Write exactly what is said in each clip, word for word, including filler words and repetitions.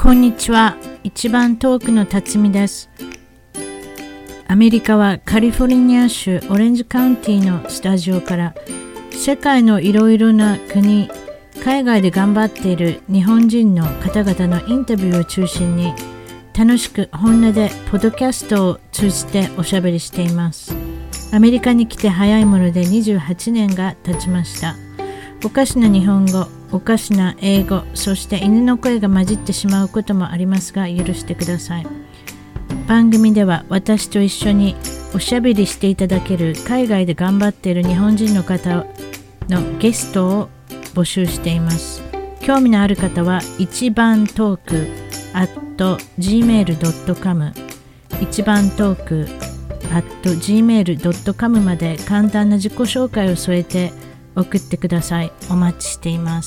こんにちは。一番遠くの辰巳です。アメリカはカリフォルニア州オレンジカウンティのスタジオから世界のいろいろな国、海外で頑張っている日本人の方々のインタビューを中心に楽しく本音でポッドキャストを通じておしゃべりしています。アメリカに来て早いものでにじゅうはちねんが経ちました。おかしな日本語、おかしな英語、そして犬の声が混じってしまうこともありますが許してください。番組では私と一緒におしゃべりしていただける海外で頑張っている日本人の方のゲストを募集しています。興味のある方は一番トーク at ジーメール ドット コム 一番トーク at ジーメール ドット コム まで簡単な自己紹介を添えて送ってください。お待ちしています。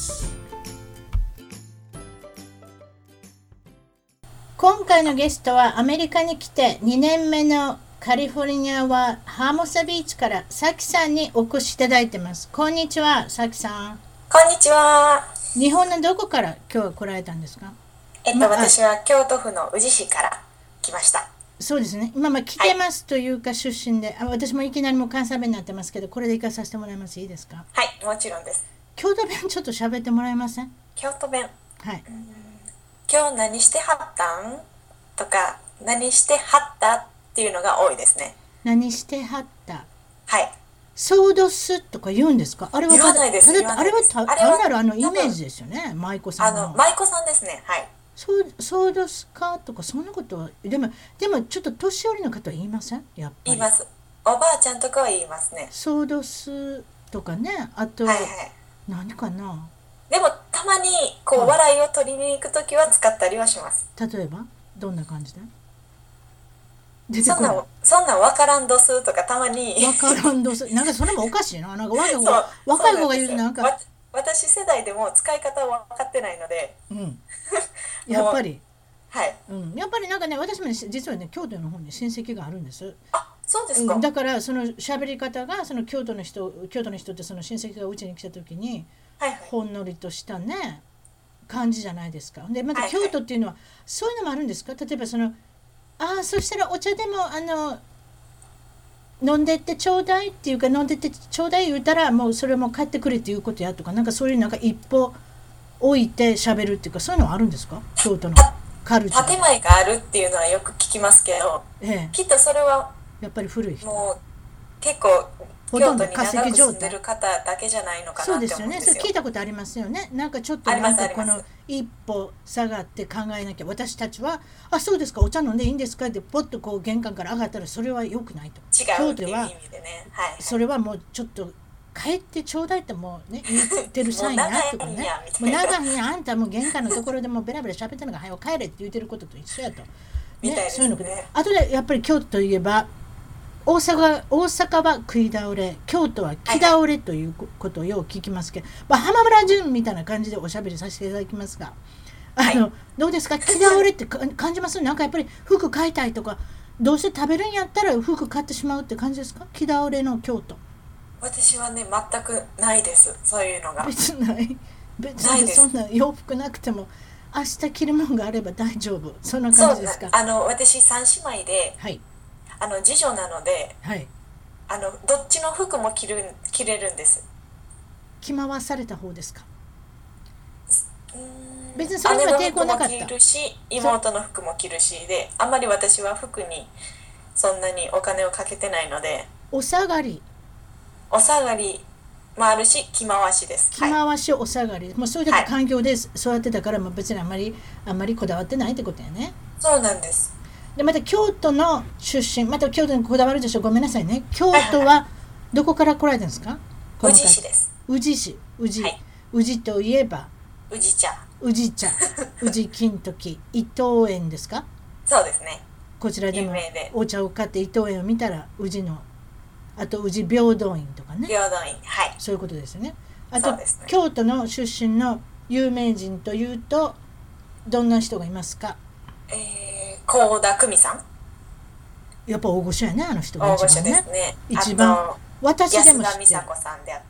今回のゲストはアメリカに来てにねんめのカリフォルニアはハーモサビーチからサキさんにお越しいただいてます。こんにちは、サキさん。 こんにちは。 日本のどこから今日は来られたんですか？ えっと、まあ、私は京都府の宇治市から来ました。 そうですね。今まあ来てますというか出身で、はい、あ私もいきなりもう関西弁になってますけど、これで行かさせてもらいます。いいですか？ はい、もちろんです。 京都弁ちょっと喋ってもらえません？ 京都弁。 はい。 今日何してはったんとか何してはったっていうのが多いですね。 何してはった。 はい。 ソードスとか言うんですか？あれは言わないです。 あれはあれは単なるあのイメージですよね。舞妓さんの。 あの舞妓さんですね。はい。 ソーソードスかとかそんなことはでもでもちょっと年寄りの方は言いません？やっぱり言います。おばあちゃんとかは言いますね。 ソードスとかね。あと、 はいはい、 何かな。 でもたまにこう、はい、笑いを取りに行くときは使ったりはします。 例えばどんな感じで？ そんなそんなわからんどすとかたまにわからんどすなんかそれもおかしいな。なんか若い子が若い子が言うなんかわ私世代でも使い方は分かってないので、 うん、やっぱりはい、 うん、やっぱりなんかね私も、ね、実はね京都の方に親戚があるんです。 あ、そうですか、 うん、だからその喋り方がその京都の人京都の人ってその親戚がうちに来た時に、はいはい、ほんのりとしたね感じじゃないですか。でまた京都っていうのは、はいはい、そういうのもあるんですか？例えばそのああそしたらお茶でもあの飲んでってちょうだいっていうか飲んでってちょうだい言うたらもうそれも帰ってくれっていうことやとかなんかそういうなんか一歩置いて喋るっていうかそういうのはあるんですか？京都のカルチャー。 建前があるっていうのはよく聞きますけど、ええ、きっとそれはやっぱり古い人もう結構京都に長く住んでる方だけじゃないのかなって思うんですよ。 そうですよね。それ聞いたことありますよね。なんかちょっとなんかこの一歩下がって考えなきゃ私たちはあそうですかお茶飲んでいいんですかってポッとこう玄関から上がったらそれは良くないと。 違うっていう意味でね、はい、 それはもうちょっと帰ってちょうだいってもうね言ってるサインやとかねもう長いんやあんたもう玄関のところでもうベラベラ喋ってるのが早く帰れって言ってることと一緒やと、ね、 みたいですね。 そういうのあとでやっぱり京都といえば大阪、大阪は食い倒れ、京都は木倒れということをよく聞きますけど、まあ、浜村淳みたいな感じでおしゃべりさせていただきますが、あの、はい、どうですか木倒れって感じます？なんかやっぱり服買いたいとか、どうせ食べるんやったら服買ってしまうって感じですか？木倒れの京都。 私はね、全くないです。そういうのが。 別にない。別にそんな洋服なくても、明日着るものがあれば大丈夫。そんな感じですか？ あの、私三姉妹で、 はい。 あの次女なので、はい、あのどっちの服も着る着れるんです。 着回された方ですか？うーん別にそれには抵抗なかった。 姉の服も着るし妹の服も着るしであんまり私は服にそんなにお金をかけてないのでお下がりお下がりもあるし着回しです。 着回しお下がり、はい、もうそういう環境で育ってたから、はい、別にあんまりあんまりこだわってないってことやね。 そうなんです。 でまた京都の出身また京都にこだわるでしょ。ごめんなさいね。京都はどこから来られたんですか？ 宇治市です。 宇治市宇治、はい、宇治といえば宇治茶宇治茶宇治金時伊藤園ですか？ そうですね。 こちらでもお茶を買って伊藤園を見たら宇治のあと宇治平等院とかね平等院はいそういうことですね。あと、ね、京都の出身の有名人というとどんな人がいますか？ えー幸田久美さんやっぱ大御所やねあの人が一番ね。 大御所ですね。 一番私でも知ってる安田美沙子さんであったり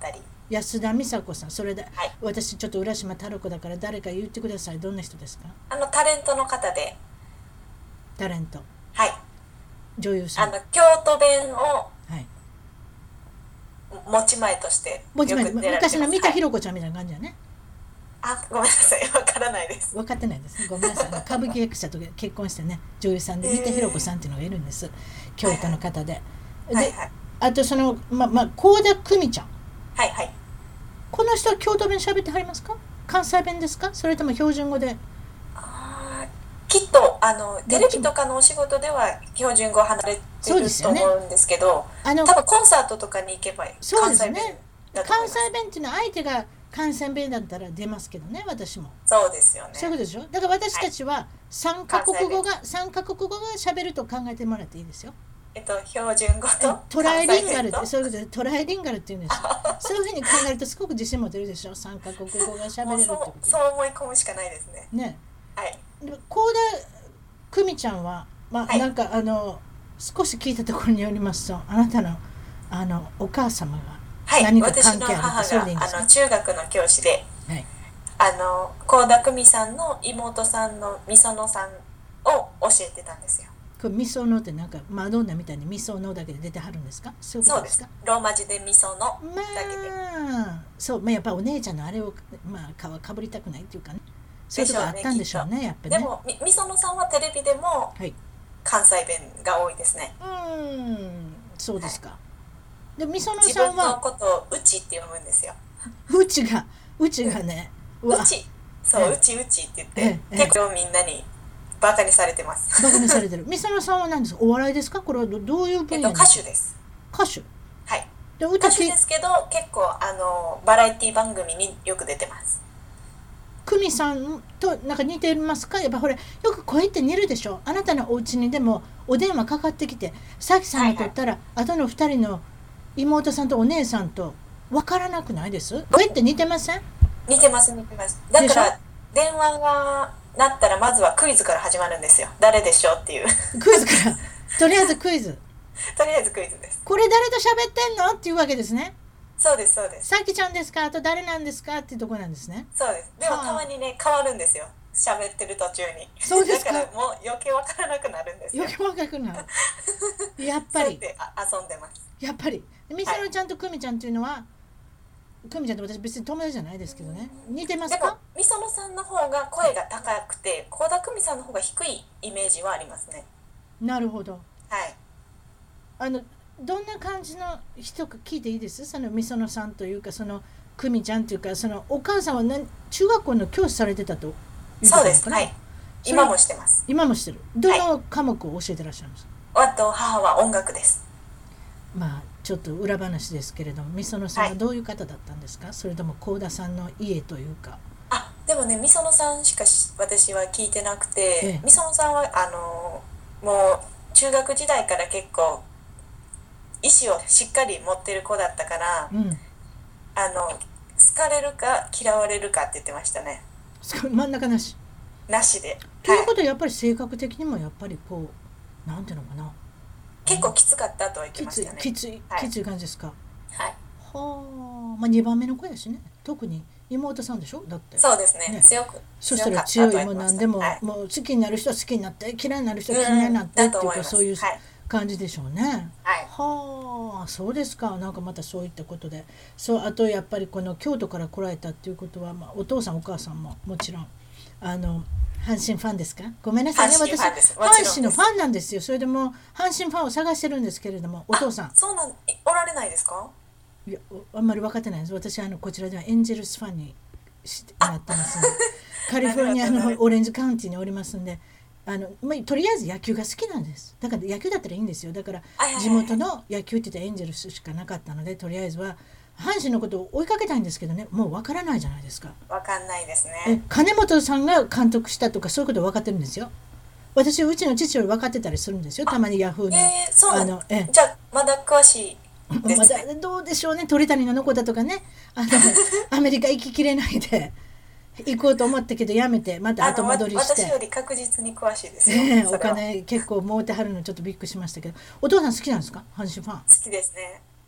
安田美沙子さん、それで、 はい、 私ちょっと浦島太郎子だから誰か言ってください。どんな人ですか？ あのタレントの方で、 タレント、 はい、 女優さん、 あの京都弁をはい、 持ち前としてもちろんよく出られてます。 昔の三田はい、 寛子ちゃんみたいな感じだね。 あ、ごめんなさい、わからないです。 分かってないです。ごめんなさい。歌舞伎役者と結婚してね、女優さんで三田寛子さんっていうのがいるんです。京都の方で。 はいはい、 で、あとそのまま幸田久美ちゃん。 はいはい。 この人は京都弁喋ってはりますか？関西弁ですか？それとも標準語で？ あ、きっとあのテレビとかのお仕事では標準語離れてると思うんですけど、あの多分コンサートとかに行けば関西弁だと思います。 関西弁っていうのは相手が関西弁だったら出ますけどね、私も。 そうですよね。 そういうことでしょ。だから私たちはさんカ国語が、はい、さんカ国語が喋ると考えてもらっていいですよ。 えっと、標準語とトライリンガルって、そういうことでトライリンガルって言うんですよ。そういうふうに考えるとすごく自信持てるでしょ。さんカ国語が喋れるってこと。 そう思い込むしかないですね。 ね。 はい。 幸田久美ちゃんは、まあ、はい、なんかあの少し聞いたところによりますと、あなたのあのお母様が何か関係あるって、はい、 私の母があの中学の教師で、 はい、 あの幸田久美さんの妹さんのみそのさんを教えてたんですよ。 これみそのってなんかマドンナみたいにみそのだけで出てはるんですか？そういうことですか？ そうです。ローマ字でみそのだけで。 まあ、そう、まあ、やっぱお姉ちゃんのあれをまあかかぶりたくないっていうかね。そういうとこあったんでしょうね、やっぱりね。 でもみ、みそのさんはテレビでも関西弁が多いですね。 はい、うん、そうですか。はい、でみその自さんは分のことをうちって読むんですよ。 うちがうちがね、 うち、そう、うちうちって言って、結構みんなにバカにされてます。 バカにされてる。みそのさんは何ですか？お笑いですか？これは ど, どういう分野？ えっと、歌手です。 歌手。 はい。 で歌手ですけど、結構あのバラエティ番組によく出てます。 久美さんとなんか似てますか？やっぱほらよく声って似るでしょ。あなたのお家にでもお電話かかってきて、さきさんが取ったら、はいはい、あとのふたりの妹さんとお姉さんと分からなくないです？声って似てません？ 似てます似てます。だから電話が鳴ったらまずはクイズから始まるんですよ。誰でしょうっていうクイズからとりあえずクイズとりあえずクイズです。 これ誰と喋ってんのっていうわけですね。 そうですそうです。 さきちゃんですか？あと誰なんですかっていうところなんですね。 そうです。でもたまにね変わるんですよ。喋ってる途中に。 そうですか。 だからもう余計わからなくなるんですよ。 余計わからなくなる。やっぱり。 そうやって遊んでます。 やっぱり。みそのちゃんとくみちゃんっていうのは、くみちゃんと私別に友達じゃないですけどね。似てますか？でもみそのさんの方が声が高くて、幸田久美さんの方が低いイメージはありますね。 なるほど。 はい。 あのどんな感じの人か聞いていいです？そのみそのさんというかその久美ちゃんというか、そのお母さんは何中学校の教師されてたということそうです。はい。今もしてます。 今もしてる。どの科目を教えてらっしゃるんですか？ はい、あと母は音楽です。 まあちょっと裏話ですけれども、みそのさんはどういう方だったんですか？はい、それとも幸田さんの家というか。 あ、でもねみそのさんしか私は聞いてなくて、みそのさんはあのもう中学時代から結構意志をしっかり持ってる子だったから、うん、あの好かれるか嫌われるかって言ってましたね。 真ん中なしなしで。 ということはやっぱり性格的にもやっぱりこうなんていうのかな、 結構きつかったとは言ってましたね。 きつい、はい、きつい感じですか？ はい。 はあ、まあにばんめの子やしね。特に妹さんでしょ？だってそうですね、ね、強くそしたら強いもんなんでも、はい、もう好きになる人は好きになって嫌いになる人は嫌いになってっていうか、そういう感じでしょうね。 はい、 はあ、そうですか。なんかまたそういったことで、そうあとやっぱりこの京都から来られたっていうことは、まあ、お父さんお母さんももちろんあの阪神ファンですか？ごめんなさいね、私阪神のファンなんですよ。それでも阪神ファンを探してるんですけれども、お父さんそうなんおられないですか？ いやあんまり分かってないです。私はあのこちらではエンジェルスファンになってますんでカリフォルニアのオレンジカウンティにおりますんで、あの、まあ、とりあえず野球が好きなんです。だから野球だったらいいんですよ。だから地元の野球って言ったらエンジェルスしかなかったので、とりあえずは阪神のことを追いかけたいんですけどね、もう分からないじゃないですか。 分かんないですね。 え金本さんが監督したとかそういうこと分かってるんですよ。私うちの父より分かってたりするんですよ、たまにヤフーの。 えー、そうあのえじゃあまだ詳しいですね。 まだどうでしょうね。鳥谷が残ったとかね、あのアメリカ行ききれないで行こうと思ったけどやめてまた後戻りして。 私より確実に詳しいですよ、 えー、お金結構儲てはるのちょっとびっくりしましたけど、お父さん好きなんですか？阪神ファン。 好きですね。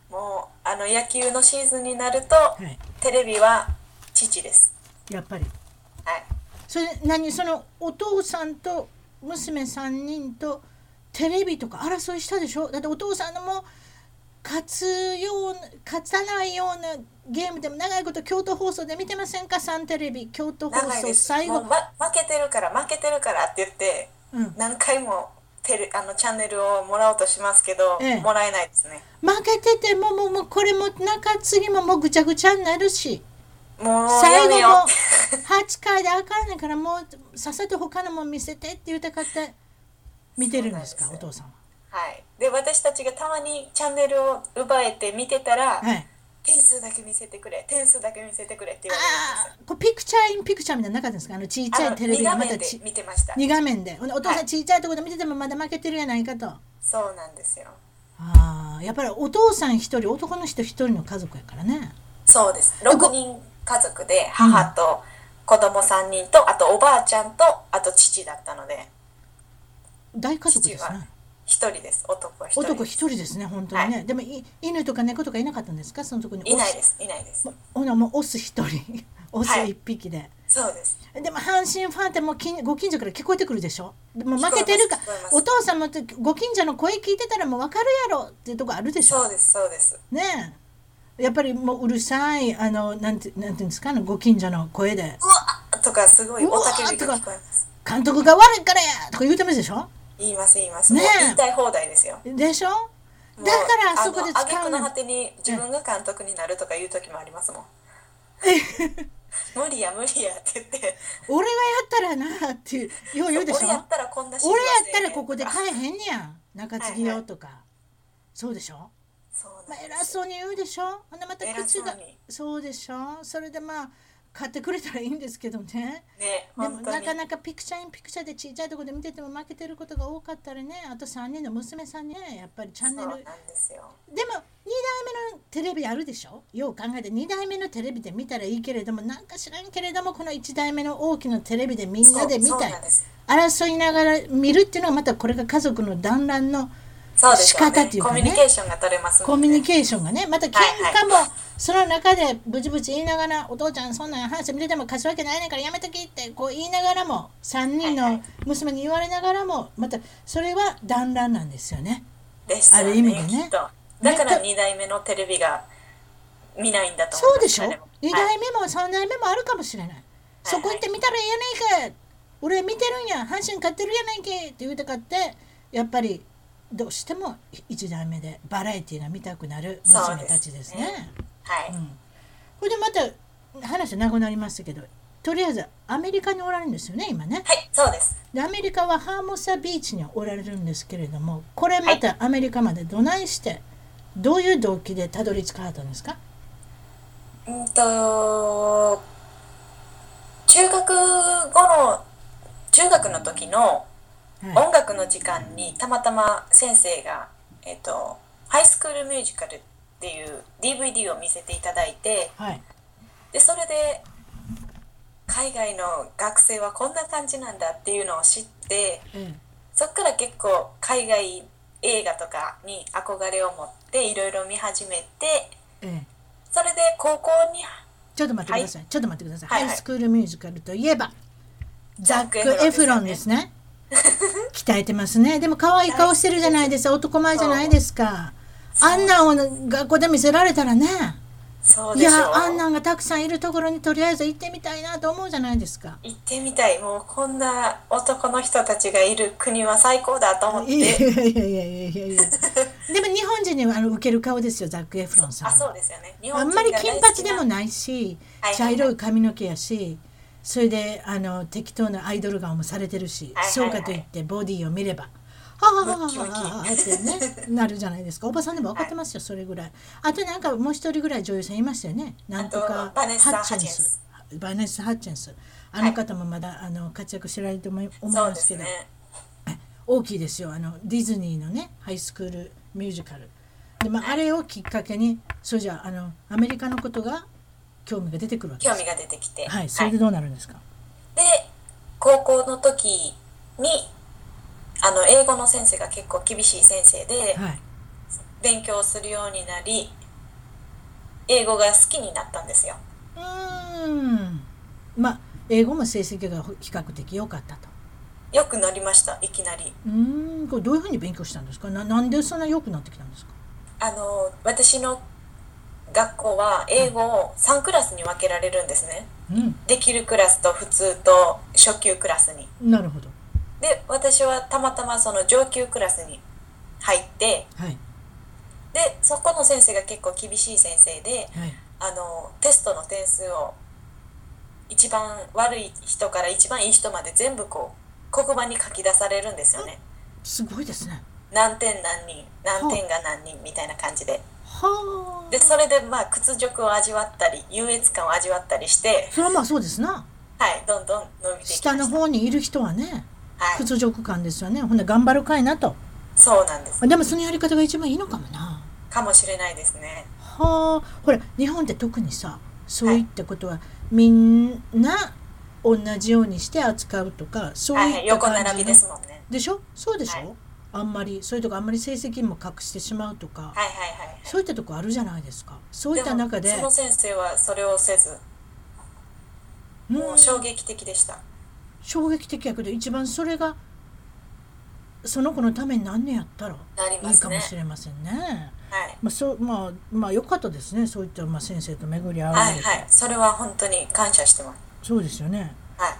もうあの野球のシーズンになると、 はい、 テレビは父です。 やっぱり。 はい。 それ何そのお父さんと娘さんにんとテレビとか争いしたでしょ。だってお父さんのも勝つような勝たないようなゲームでも長いこと京都放送で見てませんか。サンテレビ京都放送最後、 ま、負けてるから負けてるからって言って、うん、何回もテレあのチャンネルをもらおうとしますけど、ええ、もらえないですね。 負けててももうもうこれも中継ぎももうぐちゃぐちゃになるし、 もう最後もはちかいであかんねんから、もうさっさと他のも見せてって言うたかって見てるんですか、お父さんは。 はい。で私たちがたまにチャンネルを奪えて見てたら、はい、点数だけ見せてくれ点数だけ見せてくれって言われるんですよ。 こうピクチャーインピクチャーみたいなのなかったんですか。あのちっちゃいテレビがまたちに画面で見てました。 に画面でお父さんちっちゃいところで見ててもまだ負けてるやないかと。 そうなんですよ。 ああ、やっぱりお父さん一人男の人一人の家族やからね。 そうです。ろくにん家族で母と子供さんにんと、あとおばあちゃんとあと父だったので大家族ですね。 一人です。男一人です。 男一人ですね、本当にね。はい、でもい犬とか猫とかいなかったんですか、そのとこに。 いないです、いないです。 ほなもうオス一人、オス一匹で、はい。 そうです。 でも阪神ファンってもうご近所から聞こえてくるでしょ。でも負けてるか、お父さんもご近所の声聞いてたらもう分かるやろっていうとこあるでしょ。 そうです、そうです。 ねえ。やっぱりもううるさいあのなんてなんていうんですかね、ご近所の声で。 うわとかすごいおたけびが聞こえます。 監督が悪いからやとか言うてますでしょ。 言います言います、ね、もう言いたい放題ですよ。 でしょ。だからあそこで使うの。 挙句の果てに自分が監督になるとか言う時もありますもん。無理や無理やって言って俺がやったらなっていうよう言うでしょ。 俺やったらこんな俺やったらここで買えへんやん中継ぎよとか、はいはい、そうでしょ。そうなんです。まあ、偉そうに言うでしょ。ほんでまた口がそうでしょ。それでまあ買ってくれたらいいんですけどね。 ね、 でもなかなかピクチャーインピクチャーでちっちゃいところで見てても負けてることが多かったらね、あとさんにんの娘さんね、やっぱりチャンネル。そうなんですよ。でもにだいめのテレビあるでしょ。よう考えてにだいめのテレビで見たらいいけれども、なんか知らんけれどもこのいちだいめの大きなテレビでみんなで見たい、争いながら見るっていうのがまたこれが家族の団らんの仕方っていうかね、 コミュニケーションが取れますもんね。 コミュニケーションがね、また喧嘩もその中でブチブチ言いながら、お父ちゃんそんな話見てても貸すわけないねんからやめときってこう言いながらも、さんにんの娘に言われながらも、またそれは団らんなんですよね。 ですよね、ある意味でね。だからにだいめのテレビが見ないんだと思います。 そうでしょ。にだいめもさんだいめもあるかもしれない。はい、そこ行って見たらいいやないか、俺見てるんや、阪神勝ってるやないけって言うてかって、やっぱりどうしてもいちだいめでバラエティーが見たくなる娘たちですね。ですね、はい、うん、これでまた話長くなりましたけど、とりあえずアメリカにおられるんですよね今ね。 はい、そうです。 でアメリカはハーモサビーチにおられるんですけれども、これまたアメリカまでどないしてどういう動機でたどり着かはったんですか。 うんと中学後の中学の時の音楽の時間にたまたま先生が、えっと、ハイスクールミュージカルっていう ディーブイディー を見せていただいて、はい、でそれで海外の学生はこんな感じなんだっていうのを知って、うん、そっから結構海外映画とかに憧れを持っていろいろ見始めて、うん、それで高校にちょっと待ってください、はい、ちょっと待ってください、はいはい、ハイスクールミュージカルといえばザック・エフロンですね。鍛えてますね。でも可愛い顔してるじゃないですか。男前じゃないですか。あんなんを学校で見せられたらね。そうでしょう。いや、あんなんがたくさんいるところにとりあえず行ってみたいなと思うじゃないですか。 行ってみたい。もうこんな男の人たちがいる国は最高だと思って。いやいやいやいやいやいや。でも日本人にはあの受ける顔ですよ、ザック・エフロンさん。 あ、そうですよね。 日本人が大好きな。あんまり金髪でもないし、茶色い髪の毛やし。それであの適当なアイドル顔もされてるし、はいはいはい、そうかといってボディを見ればはあはあはあってねなるじゃないですか。おばさんでも分かってますよ、はい、それぐらい。あとなんかもう一人ぐらい女優さんいましたよね。なんとかバネッサ・ハッチェンスバネッサ・ハッチェンスあの方もまだ、はい、あの活躍してられると思いますけど、ね、大きいですよ。あのディズニーのねハイスクールミュージカルで、まあ、あれをきっかけにそうじゃあのアメリカのことが興味が出てくるわけです。 興味が出てきて、 はい、それでどうなるんですか。 はい、で高校の時にあの英語の先生が結構厳しい先生で、はい、勉強するようになり、 英語が好きになったんですよ。 うーん。まあ英語も成績が比較的良かったと。 よくなりました、いきなり。 うーん。これどういうふうに勉強したんですか。な、なんでそんな良くなってきたんですか。 あの私の学校は英語をさんクラスに分けられるんですね。 うん。 できるクラスと普通と初級クラスに。 なるほど。 で私はたまたまその上級クラスに入って、 はい。 でそこの先生が結構厳しい先生で、 はい。 あのテストの点数を一番悪い人から一番いい人まで全部こう黒板に書き出されるんですよね。 すごいですね。 何点何人何点が何人みたいな感じで。 はあ。 でそれでまあ屈辱を味わったり優越感を味わったりして、 それはまあそうですな。 はい、どんどん伸びていきました。 下の方にいる人はね、 はい、 屈辱感ですよね。ほんで頑張るかいなと。 そうなんです。 でもそのやり方が一番いいのかもな。 かもしれないですね。 はあ。ほら日本って特にさ、そういったことはみんな同じようにして扱うとか、そういった感じの、 はい、横並びですもんね。 でしょ。そうでしょ、 はい、 あんまりそういうとこあんまり成績も隠してしまうとか、 はいはいはい、はい、 そういったとこあるじゃないですか。そういった中ででもその先生はそれをせず、もう衝撃的でした。 衝撃的やけど一番それがその子のために何年やったらいいかもしれませんね。 はい、 まあそうまあまあ良かったですね。そういったまあ先生と巡り合われて、 はいはい、それは本当に感謝してます。 そうですよね。 はい。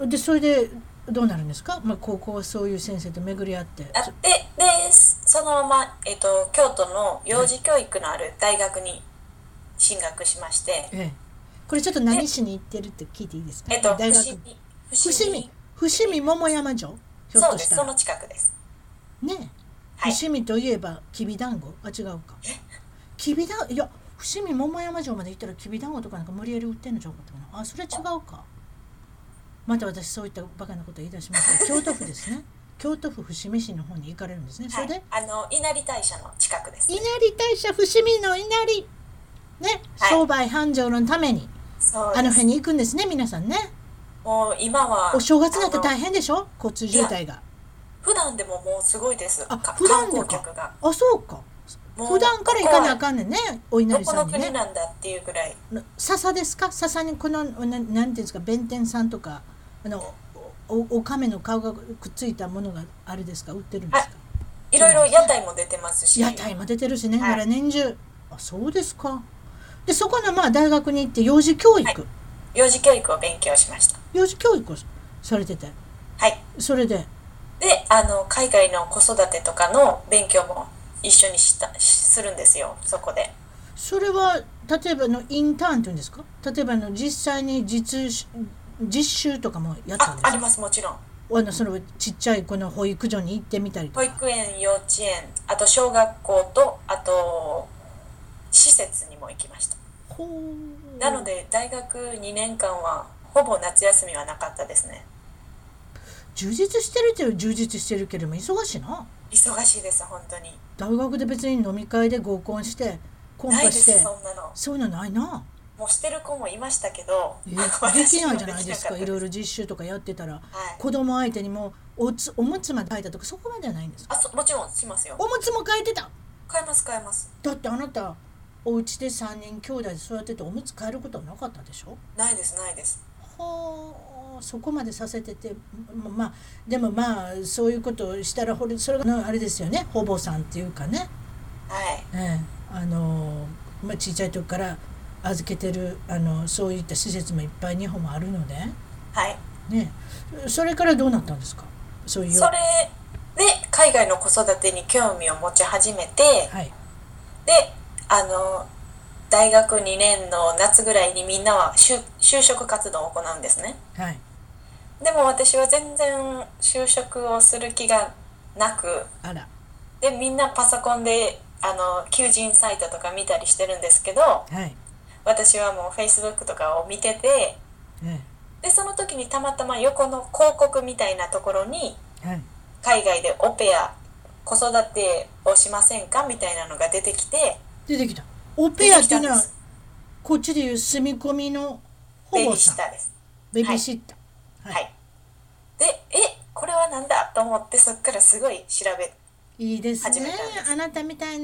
でそれでどうなるんですか。まあ高校はそういう先生と巡り合って。 あででそのまま、えーと、京都の幼児教育のある大学に進学しまして、 ええ、これちょっと何しに行ってるって聞いていいですか。 えっと、 大学伏見伏見伏見桃山城、ひょっそうとしたら。 です、その近くですね。 はい、 伏見といえばきびだんご、あ違うか。きびだんいや伏見桃山城まで行ったらきびだんごとかなんか無理やり売ってんのちゃうかったかな。あそれ違うか。また私そういったバカなこと言い出しますが京都府ですね。京都府伏見市の方に行かれるんですね。それで、はい、 あの稲荷大社の近くです。 稲荷大社、伏見の稲荷ね、はい、商売繁盛のためにあの辺に行くんですね、皆さんね。 もう今はお正月になって大変でしょ、交通渋滞が。 普段でももうすごいです。 あ、普段でか。観光客が。あ、そうか。普段から行かなあかんねんね、お稲荷さんにね。 どこの国なんだっていうぐらい。 笹ですか。笹にこのななんていうんですか、弁天さんとかあの お, お亀の顔がくっついたものがあれですか、売ってるんですか。 いろいろ屋台も出てますし。 屋台も出てるしね、だから年中。あ、そうですか。でそこのまあ大学に行って幼児教育、はい、 幼児教育を勉強しました。 幼児教育をされてて、 はい。 それでであの海外の子育てとかの勉強も一緒にしたするんですよ、そこで。 それは例えばのインターンというんですか。例えばの実際に実実習とかもやったんですか。 あ, あります、もちろん。 あのそのちっちゃい子の保育所に行ってみたりとか。 保育園、幼稚園、あと小学校とあと施設にも行きました。 ほう。 なので大学にねんかんはほぼ夏休みはなかったですね。 充実してるっていう充実してるけれども忙しいな。 忙しいです、本当に。 大学で別に飲み会で合コンしてコンパして、 ないです、そんなの。 そういうのないな。 もうしてる子もいましたけど、 えー、できないじゃないですか。いろいろ実習とかやってたら、はい、子供相手にも お, つおむつまで変えたとかそこまではないんですか。 あ、そもちろんしますよ。 おむつも変えてた。 変えます変えます。 だってあなたお家でさんにん兄弟で育てておむつ変えることはなかったでしょ。 ないですないです。 はあ、そこまでさせてて、まあでもまあそういうことをしたらそれがあれですよね、保母さんっていうかね。 はい。 ええ、あのまあ小さい時から預けてるあのそういった施設もいっぱい日本もあるので、 はいね、それからどうなったんですか。そういうそれで海外の子育てに興味を持ち始めて、 はい、 であの大学にねんの夏ぐらいにみんなは 就, 就職活動を行うんですね、 はい、 でも私は全然就職をする気がなく、 あら、 でみんなパソコンであの求人サイトとか見たりしてるんですけど、 はい、 私はもう Facebook とかを見てて、 ええ、でその時にたまたま横の広告みたいなところに、 はい、 海外でオペア子育てをしませんかみたいなのが出てきて。 出てきた。オペアっていうのはこっちでいう住み込みの保母さん、ベビーシッターです。ベビーシッター、 はい、はい、でえこれはなんだと思って、そっからすごい調べいいですね。あなたみたいな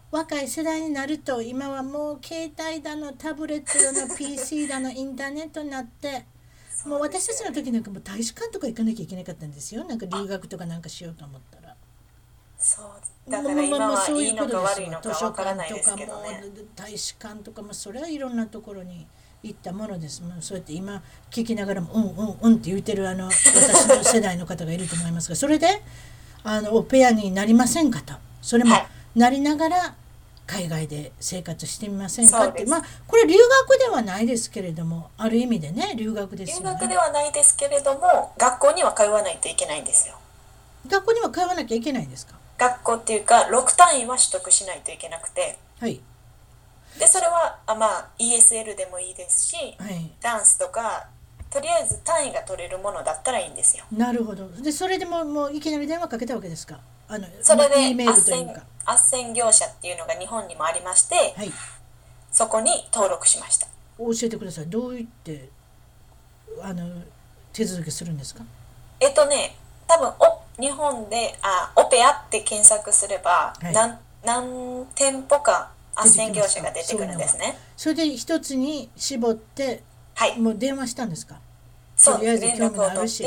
若い世代になると今はもう携帯だのタブレットだの ピーシー だのインターネットになってもう私たちの時なんかもう大使館とか行かなきゃいけなかったんですよ。なんか留学とかなんかしようと思ったら。 そうだから今はいいのか悪いのかわからないですけどね。 図書館とかも大使館とかもそれはいろんなところに行ったものです。もうそうやって今聞きながらもうんうんうんって言ってるあの私の世代の方がいると思いますが、それであのオペアになりませんかと。それもなりながら海外で生活してみませんかって、まあこれ留学ではないですけれども、ある意味でね留学ですよね。 留学ではないですけれども、学校には通わないといけないんですよ。 学校には通わなきゃいけないんですか？ 学校っていうかろく単位は取得しないといけなくて、 はい。 でそれはあまあ イーエスエル でもいいですし、 はい、 ダンスとかとりあえず単位が取れるものだったらいいんですよ。 なるほど。でそれでももういきなり電話かけたわけですか？あのそれで E メールというか斡旋業者っていうのが日本にもありまして、 はい、 そこに登録しました。 教えてください。どういってあの手続きするんですか？ えっとね多分お日本であオペアって検索すれば、はい、何, 何店舗か斡旋業者が出てくるんですね。 それで一つに絞って、はい、もう電話したんですか？ そうです。連絡を取って。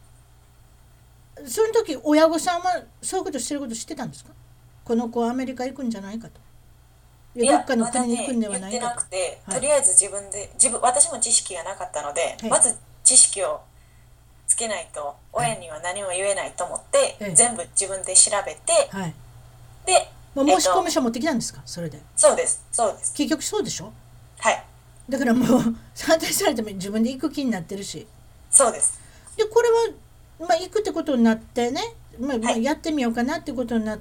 その時親御さんはそういうことしてること知ってたんですか？この子はアメリカ行くんじゃないかと。 いや、どっかの国に行くんではないかと。まだね、言ってなくて、はい、とりあえず自分で自分私も知識がなかったので、はい、まず知識をつけないと親には何も言えないと思って、はい、全部自分で調べて、はい、でもう申し込み書持ってきたんですか？それで。 そうですそうです。 結局そうでしょ？ はい。 だからもう反対されても自分で行く気になってるし。 そうです。 でこれはまあ行くってことになってね、まあまあ、やってみようかなってことになって、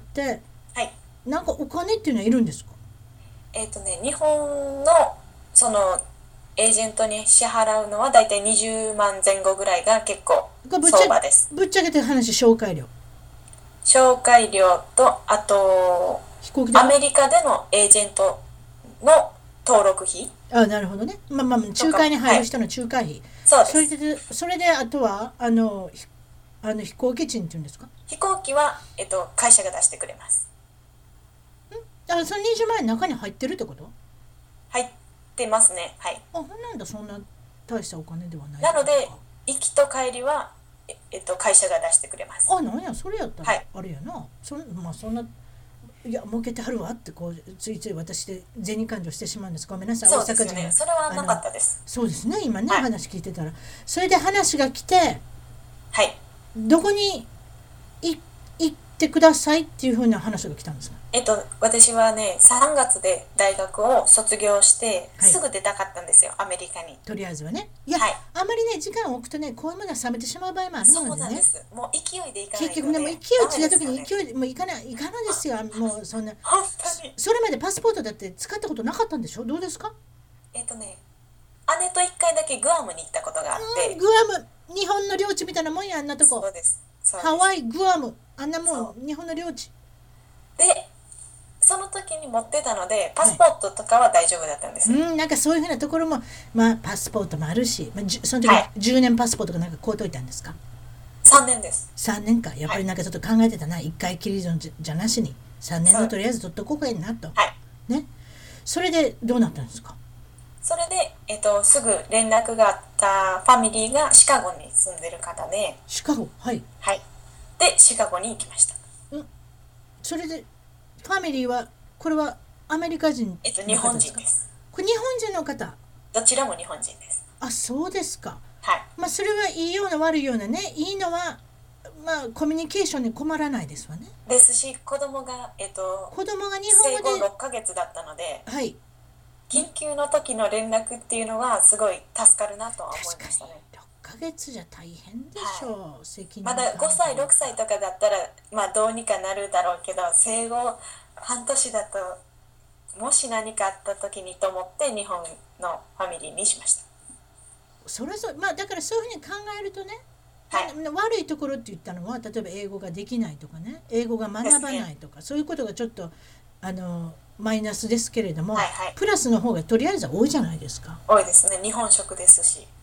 はい、なんかお金っていうのはいるんですか？ えっとね日本のそのエージェントに支払うのはだいたいにじゅうまんぜん後ぐらいが結構相場です。 ぶっちゃけて話、紹介料紹介料とあと飛行機アメリカでのエージェントの登録費。 あ、なるほどね。まあまあ仲介に入る人の仲介費、はい、そうです。それでそれであとはあのあの飛行機賃っていうんですか？ 飛行機は、えっと、会社が出してくれます。 んあそのにじゅうまん円中に入ってるってこと？ 入ってますね。はい。 あ、なんだ、そんな大したお金ではない。 なので行きと帰りは、ええっと、会社が出してくれます。 あ、なんやそれやったら、はい、あれやな。それまあそんないや儲けてはるわってこうついつい私で銭勘定してしまうんです。ごめんなさい。 そうですよね。それはなかったです。 そうですね。今ね、はい、話聞いてたらそれで話が来て、 はい。 どこに行ってくださいっていうふうな話が来たんですか？ えっと私はねさんがつで大学を卒業して、はい、すぐ出たかったんですよアメリカに。 とりあえずはね。いや、はい、あまりね時間を置くとねこういうものが冷めてしまう場合もあるのでね。 そうなんです。もう勢いで行かないと、ね、 結局ねもう勢いついた時に勢いでもう行かない行かないですよ。もうそんな本当にそれまでパスポートだって使ったことなかったんでしょ？どうですか？ えっとね姉といっかいだけグアムに行ったことがあって、 うん、グアム日本の領地みたいなもんやあんなとこ。 そうです。 ハワイ、グアム、あんなもん日本の領地で、その時に持ってたのでパスポートとかは大丈夫だったんです、 はい、うん、なんかそういうふうなところもまあパスポートもあるし、まあ、その時、はい、じゅうねんパスポートかなんか買うといたんですか？ さんねんです。 さんねんか。やっぱりなんかちょっと考えてたな、はい、いっかいきりじゃ、じゃなしにさんねんのとりあえず取っとこうかいなと、はい、ね。それでどうなったんですか？ それで、えっと、すぐ連絡があったファミリーがシカゴに住んでる方で。 シカゴ、はい、 はい、でシカゴに行きました。 うん、それでファミリーはこれはアメリカ人の方ですか？ えっと日本人です。 これ日本人の方？ どちらも日本人です。 あ、そうですか。 はい。 まあそれはいいような悪いようなね。いいのはまあコミュニケーションに困らないですわね。 ですし子供がえっと子供が日本語で生後ろっかげつだったので、 はい、 緊急の時の連絡っていうのはすごい助かるなとは思いましたね。 ろっかげつじゃ大変でしょう、はい、責任まだごさいろくさいとかだったらまあどうにかなるだろうけど生後半年だともし何かあった時にと思って日本のファミリーにしました。 それぞれまあだからそういうふうに考えるとね、はい、悪いところって言ったのは例えば英語ができないとかね、英語が学ばないとか、ね、そういうことがちょっとあのマイナスですけれども、はいはい、プラスの方がとりあえず多いじゃないですか。 多いですね。日本食ですし。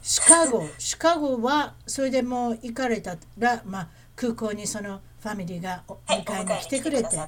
シカゴシカゴはそれでもう行かれたら、まあ、空港にそのファミリーが迎えに来てくれて、はい、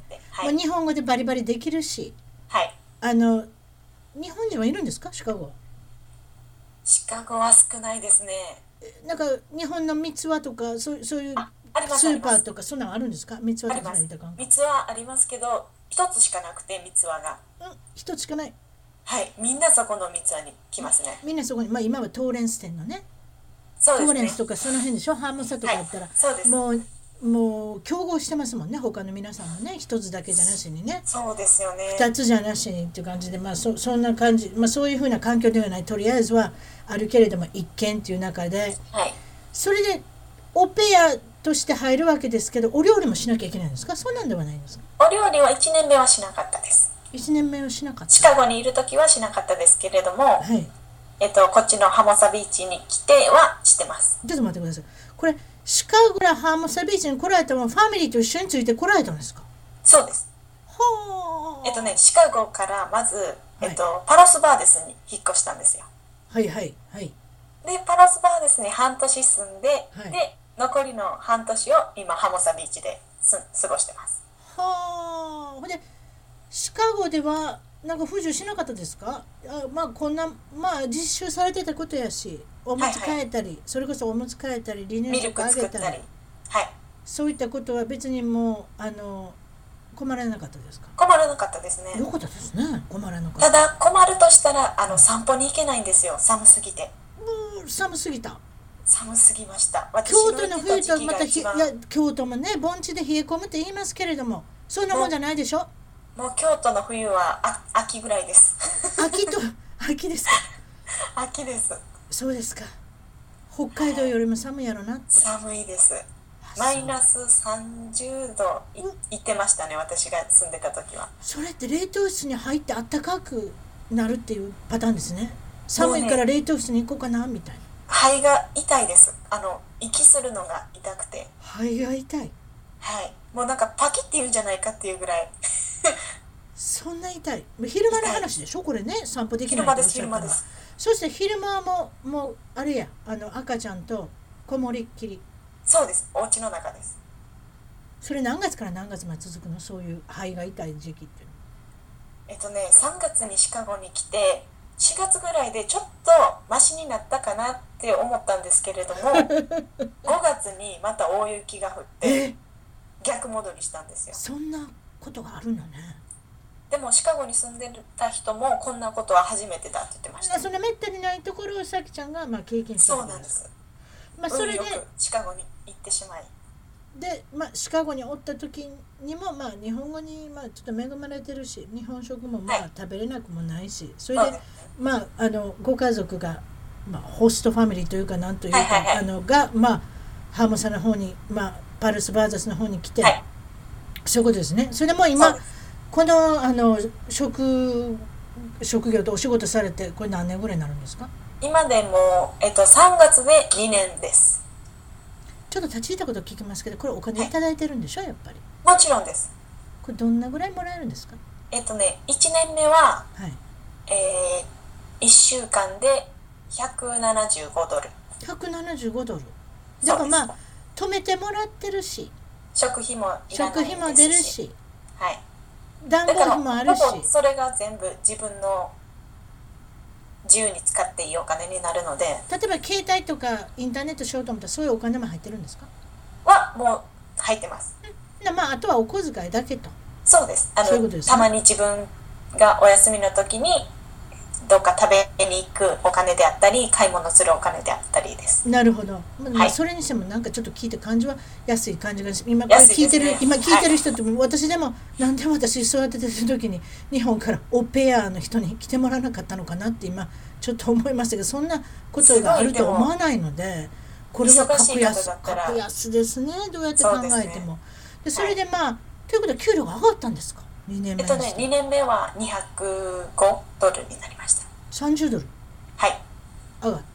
もう日本語でバリバリできるし、 はい、 あの日本人はいるんですかシカゴ？ シカゴは少ないですね。 なんか日本の三つ葉とかそうそういうスーパーとかそんなのあるんですか？三つ葉とか三つ葉ありますけど一つしかなくて三つ葉が、 うん、一つしかない。 はい、みんなそこの三つ葉に来ますね。 みんなそこに、まあ、今はトーレンス店のね、 そうですね、 トーレンスとかその辺でしょ、ハーモサとかあったら、 はい、そうです。 もうもう競合してますもんね、他の皆さんもね、一つだけじゃなしにね、 そうですよね、 二つじゃなしにっていう感じで、まあ そ, そんな感じ、まあ、そういうふうな環境ではない、とりあえずはあるけれども一軒っていう中で、 はい、 それでオペアとして入るわけですけど、お料理もしなきゃいけないんですか？そうなんではないんですか？ お料理はいちねんめはしなかったです。 いちねんめはしなかった。 シカゴにいるときはしなかったですけれども、 はい、 えっと、こっちのハモサビーチに来てはしてます。 ちょっと待ってください。これシカゴからハーモサビーチに来られたのはファミリーと一緒について来られたんですか？ そうです。 はあ。 えっとね、シカゴからまず、えっとはい、パロスバーデスに引っ越したんですよ。 はいはいはい。 で、パロスバーデスに半年住んで、 はい、 で、残りの半年を今ハモサビーチです過ごしてます。 はあ。ほんでシカゴではなんか不自由しなかったですか？あ、まあこんなまあ実習されてたことやし、おむつ替えたり、はいはい、それこそおむつ替えたりリネンとかあげたり、はい、そういったことは別にもうあの困らなかったですか？ 困らなかったですね。 よかったですね。困らなかった。 ただ困るとしたらあの散歩に行けないんですよ。寒すぎて。 もう寒すぎた。 寒すぎました。 京都の冬とまたひいや京都もね盆地で冷え込むって言いますけれども、そんなもんじゃないでしょ。 もう京都の冬はあ秋ぐらいです。 秋と秋ですか？ 秋です。 そうですか。北海道よりも寒いやろなって。 寒いです。マイナスさんじゅうどいってましたね、私が住んでた時は。 それって冷凍室に入ってあったかくなるっていうパターンですね。寒いから冷凍室に行こうかなみたいな。 肺が痛いです。あの息するのが痛くて。 肺が痛い。 はい。もうなんかパキって言うんじゃないかっていうぐらい。 そんな痛い。昼間の話でしょこれね、散歩できない。 昼間です昼間です。 そして昼間ももうあれや、あの赤ちゃんとこもりっきり。 そうです。お家の中です。 それ何月から何月まで続くの？そういう肺が痛い時期っていうの。 えっとね、さんがつにシカゴに来てしがつぐらいでちょっとマシになったかなって思ったんですけれどもごがつにまた大雪が降って逆戻りしたんですよ。 そんなことがあるのね。 でもシカゴに住んでた人もこんなことは初めてだって言ってました。 そのめったにないところをさきちゃんがまあ経験した。 そうなんです。 まあ、それで運よくシカゴに行ってしまいで、まあ、シカゴにおった時にも、まあ、日本語にまあちょっと恵まれてるし日本食もまあ食べれなくもないし、はい、それで、まあ、あのご家族が、まあ、ホストファミリーというかなんというか、はいはいはい、あのが、まあ、ハーモサの方に、まあ、パルスバーザスの方に来て、はい、そういうことですね。それでもう今この、あの 職, 職業とお仕事されてこれ何年ぐらいになるんですか？ 今でも、えっと、さんがつでにねんです。 ちょっと立ち入ったこと聞きますけどこれお金いただいてるんでしょ、はい、やっぱり。 もちろんです。 これどんなぐらいもらえるんですか？ えっとねいちねんめは、 はい、 えー、いっしゅうかんでひゃくななじゅうごドル。 ひゃくななじゅうごドルでもまあ止めてもらってるし食費もいらないですし食費も出るし、 はい、 暖房費もあるしそれが全部自分の自由に使っていいお金になるので。 例えば携帯とかインターネットしようと思ったらそういうお金も入ってるんですか？ はもう入ってます。 まああとはお小遣いだけと。 そうです。あのそういうことですね。 たまに自分がお休みの時にどっか食べに行くお金であったり買い物するお金であったりです。 なるほど、まあ、 はい、 それにしてもなんかちょっと聞いて感じは安い感じがし今これ聞いてる、ね、今聞いてる人って、はい、私でもなんで私育ててる時に日本からオペアの人に来てもらわなかったのかなって今ちょっと思いましたけどそんなことがあるとは思わないのでこれは格安格安ですねどうやって考えても。 で、ね、でそれでまあ、はい、ということは給料が上がったんですか？にねんめえっとねにねんめはにひゃくごドルになりました。 さんじゅうドルはい上がった。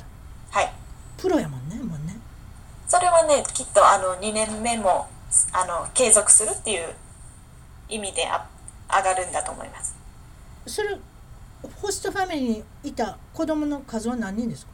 はいプロやもんねもうね。 それはねきっとあのにねんめもあの継続するっていう意味であ上がるんだと思います。 それホストファミリーにいた子供の数は何人ですか？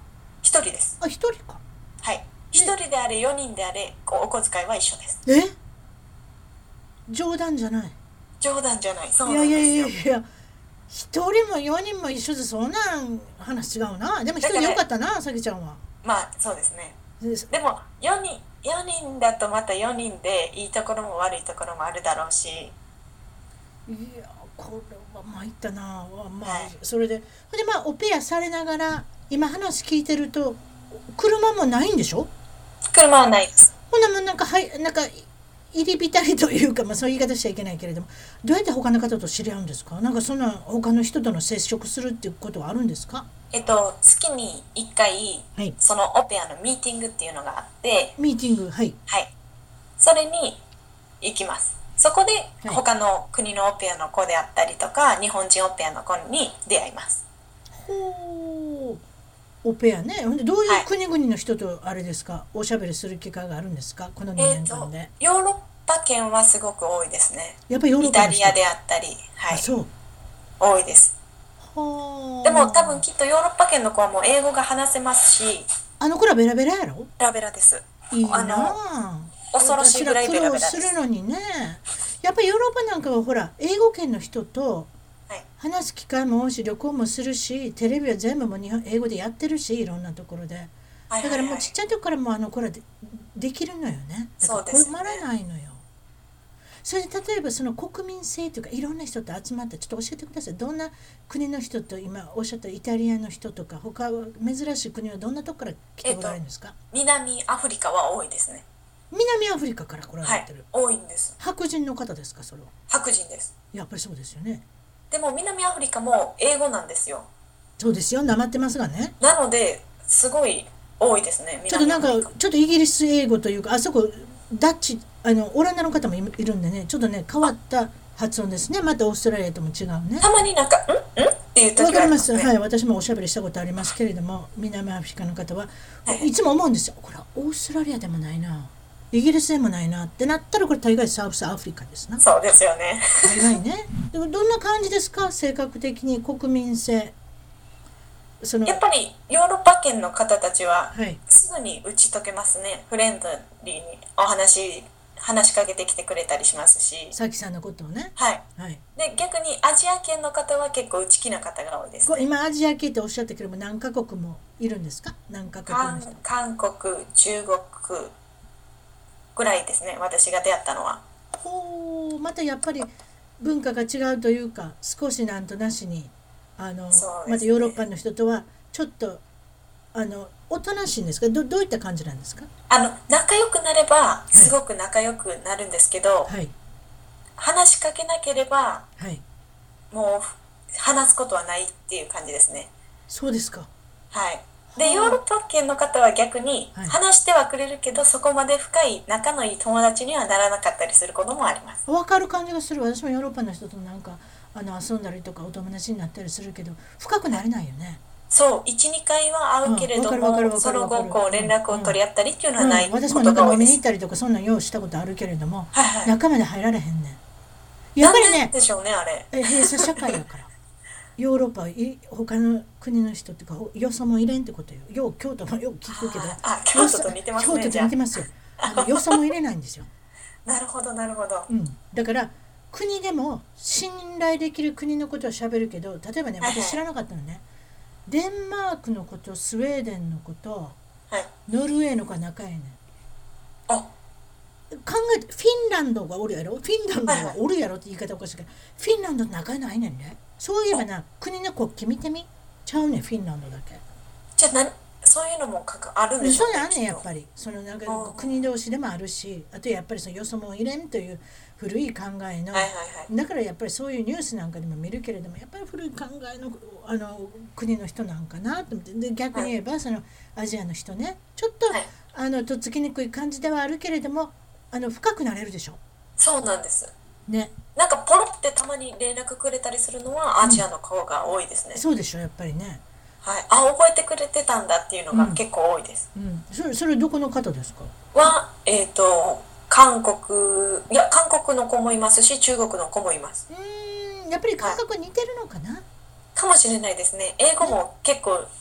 一人です。 あ、一人か。 はい。一人であれよにんであれお小遣いは一緒です。 え、冗談じゃない。 冗談じゃない。そうなんですよ。 いやいやいやいや、一人もよにんも一緒でそんなん話違うな。でも一人でよかったな、さきちゃんは。 まあそうですね。でもよにん、よにんだとまたよにんでいいところも悪いところもあるだろうし。いや、これは参ったな。まあ、 はい、 それででまあオペアされながら今話聞いてると車もないんでしょ？ 車はないです。 ほんなもんなんかはいなんか入り浸りというか、まあ、そういう言い方しちゃいけないけれども、どうやって他の方と知り合うんですか？なんかそんな他の人との接触するっていうことはあるんですか？ えっと月にいっかい、はい、そのオペアのミーティングっていうのがあって、 ミーティング、はい、 はい、それに行きます。そこで他の国のオペアの子であったりとか、はい、日本人オペアの子に出会います。 ほう、オペアね。どういう国々の人とあれですか、はい、おしゃべりする機会があるんですか、このにねんかんで？ えー、ヨーロッパ圏はすごく多いですね。 やっぱりヨーロッパの人、 イタリアであったり、はい、 あ、そう、 多いです。はでも多分きっとヨーロッパ圏の子はもう英語が話せますし。 あの子らベラベラやろ？ ベラベラです。 いいなあの恐ろしいぐらいベラベラです。 苦労するのにね。やっぱりヨーロッパなんかはほら英語圏の人と話す機会も多いし、旅行もするし、テレビは全部もう日本英語でやってるし、いろんなところで、だからもうちっちゃい時からもうあの子ら で, できるのよね。だから困らないのよ。それで例えばその国民性というかいろんな人と集まったちょっと教えてください。どんな国の人と、今おっしゃったイタリアの人とか他珍しい国はどんなとこから来ておられるんですか？ えっと、南アフリカは多いですね。 南アフリカから来られてる、 はい、多いんです。 白人の方ですか？それは白人です。 やっぱりそうですよね。 でも南アフリカも英語なんですよ。 そうですよ、なまってますがね。 なのですごい多いですね。 ちょっとなんかちょっとイギリス英語というか、あそこダッチ、あのオランダの方もいるんでね、ちょっとね変わった発音ですね。またオーストラリアとも違うね。 たまになんかんんっていう時がありますね。わかります、 はい、私もおしゃべりしたことありますけれども、南アフリカの方は、はい、いつも思うんですよ、これはオーストラリアでもないな、イギリスでもないなってなったら、これ大概サウスアフリカですな。 そうですよね。 大概ね。でもどんな感じですか、性格的に、国民性。 そのやっぱりヨーロッパ圏の方たちはすぐに打ち解けますね。フレンドリーにお話話しかけてきてくれたりしますし、 さきさんのことをね。 はい、はい、で逆にアジア圏の方は結構内気な方が多いですね。 今アジア系っておっしゃったけども、何カ国もいるんですか？何カ国の人？ 韓国、中国ぐらいですね、私が出会ったのは。 ほう、またやっぱり文化が違うというか、少しなんとなしにあの、ね、またヨーロッパの人とはちょっとあのおとなしいんですか？ ど, どういった感じなんですか？ あの仲良くなればすごく仲良くなるんですけど、はい、話しかけなければ、はい、もう話すことはないっていう感じですね。 そうですか。 はい。でヨーロッパ圏の方は逆に話してはくれるけど、はい、そこまで深い仲のいい友達にはならなかったりすることもあります。 分かる感じがする。私もヨーロッパの人となんかあの遊んだりとかお友達になったりするけど、深くなれないよね。 そう、いち、にかいは会うけれども、うん、その後こう連絡を取り合ったりっていうのはないことが多いです。 うんうん、私もなんか飲みに行ったりとかそんなん用意したことあるけれども、はいはい、中まで入られへんねん。 やっぱりね、なんでしょうね、あれ。 閉鎖社会やから。ヨーロッパは他の国の人っていうかよそも入れんってことよ。よう京都もよく聞くけど、 あ、京都と似てますね。 京都と似てますよ。あのよそも入れないんですよ。 なるほどなるほど。 うん、だから国でも信頼できる国のことは喋るけど、例えばね、私知らなかったのね、はいはい、デンマークのこと、スウェーデンのこと、はい、ノルウェーの子は仲やねん。あ、考えて、フィンランドがおるやろ、フィンランドがおるやろって言い方おかしいけど、フィンランドと仲ないねんね。そういえばな、国の国旗見てみ、ちゃうねん、フィンランドだけ。 じゃあな、そういうのもあるんでしょうね。 そういうのあんねん、やっぱり。そのなんか国同士でもあるし、あとやっぱりそのよそも入れんという古い考えの、はいはいはい、だからやっぱりそういうニュースなんかでも見るけれども、やっぱり古い考えの、あの国の人なんかなと思って。で逆に言えば、はい、そのアジアの人ね、ちょっと、はい、あのとっつきにくい感じではあるけれども、あの深くなれるでしょ。 そうなんですね。 なんかポロってたまに連絡くれたりするのはアジアの顔が多いですね、 うん、そうでしょ、やっぱりね。 はい、あ、覚えてくれてたんだっていうのが結構多いです、 うんうん、それ、それどこの方ですか？ は、えっと韓国、いや韓国の子もいますし、中国の子もいます。 うーん、やっぱり感覚似てるのかな、はい、 かもしれないですね。英語も結構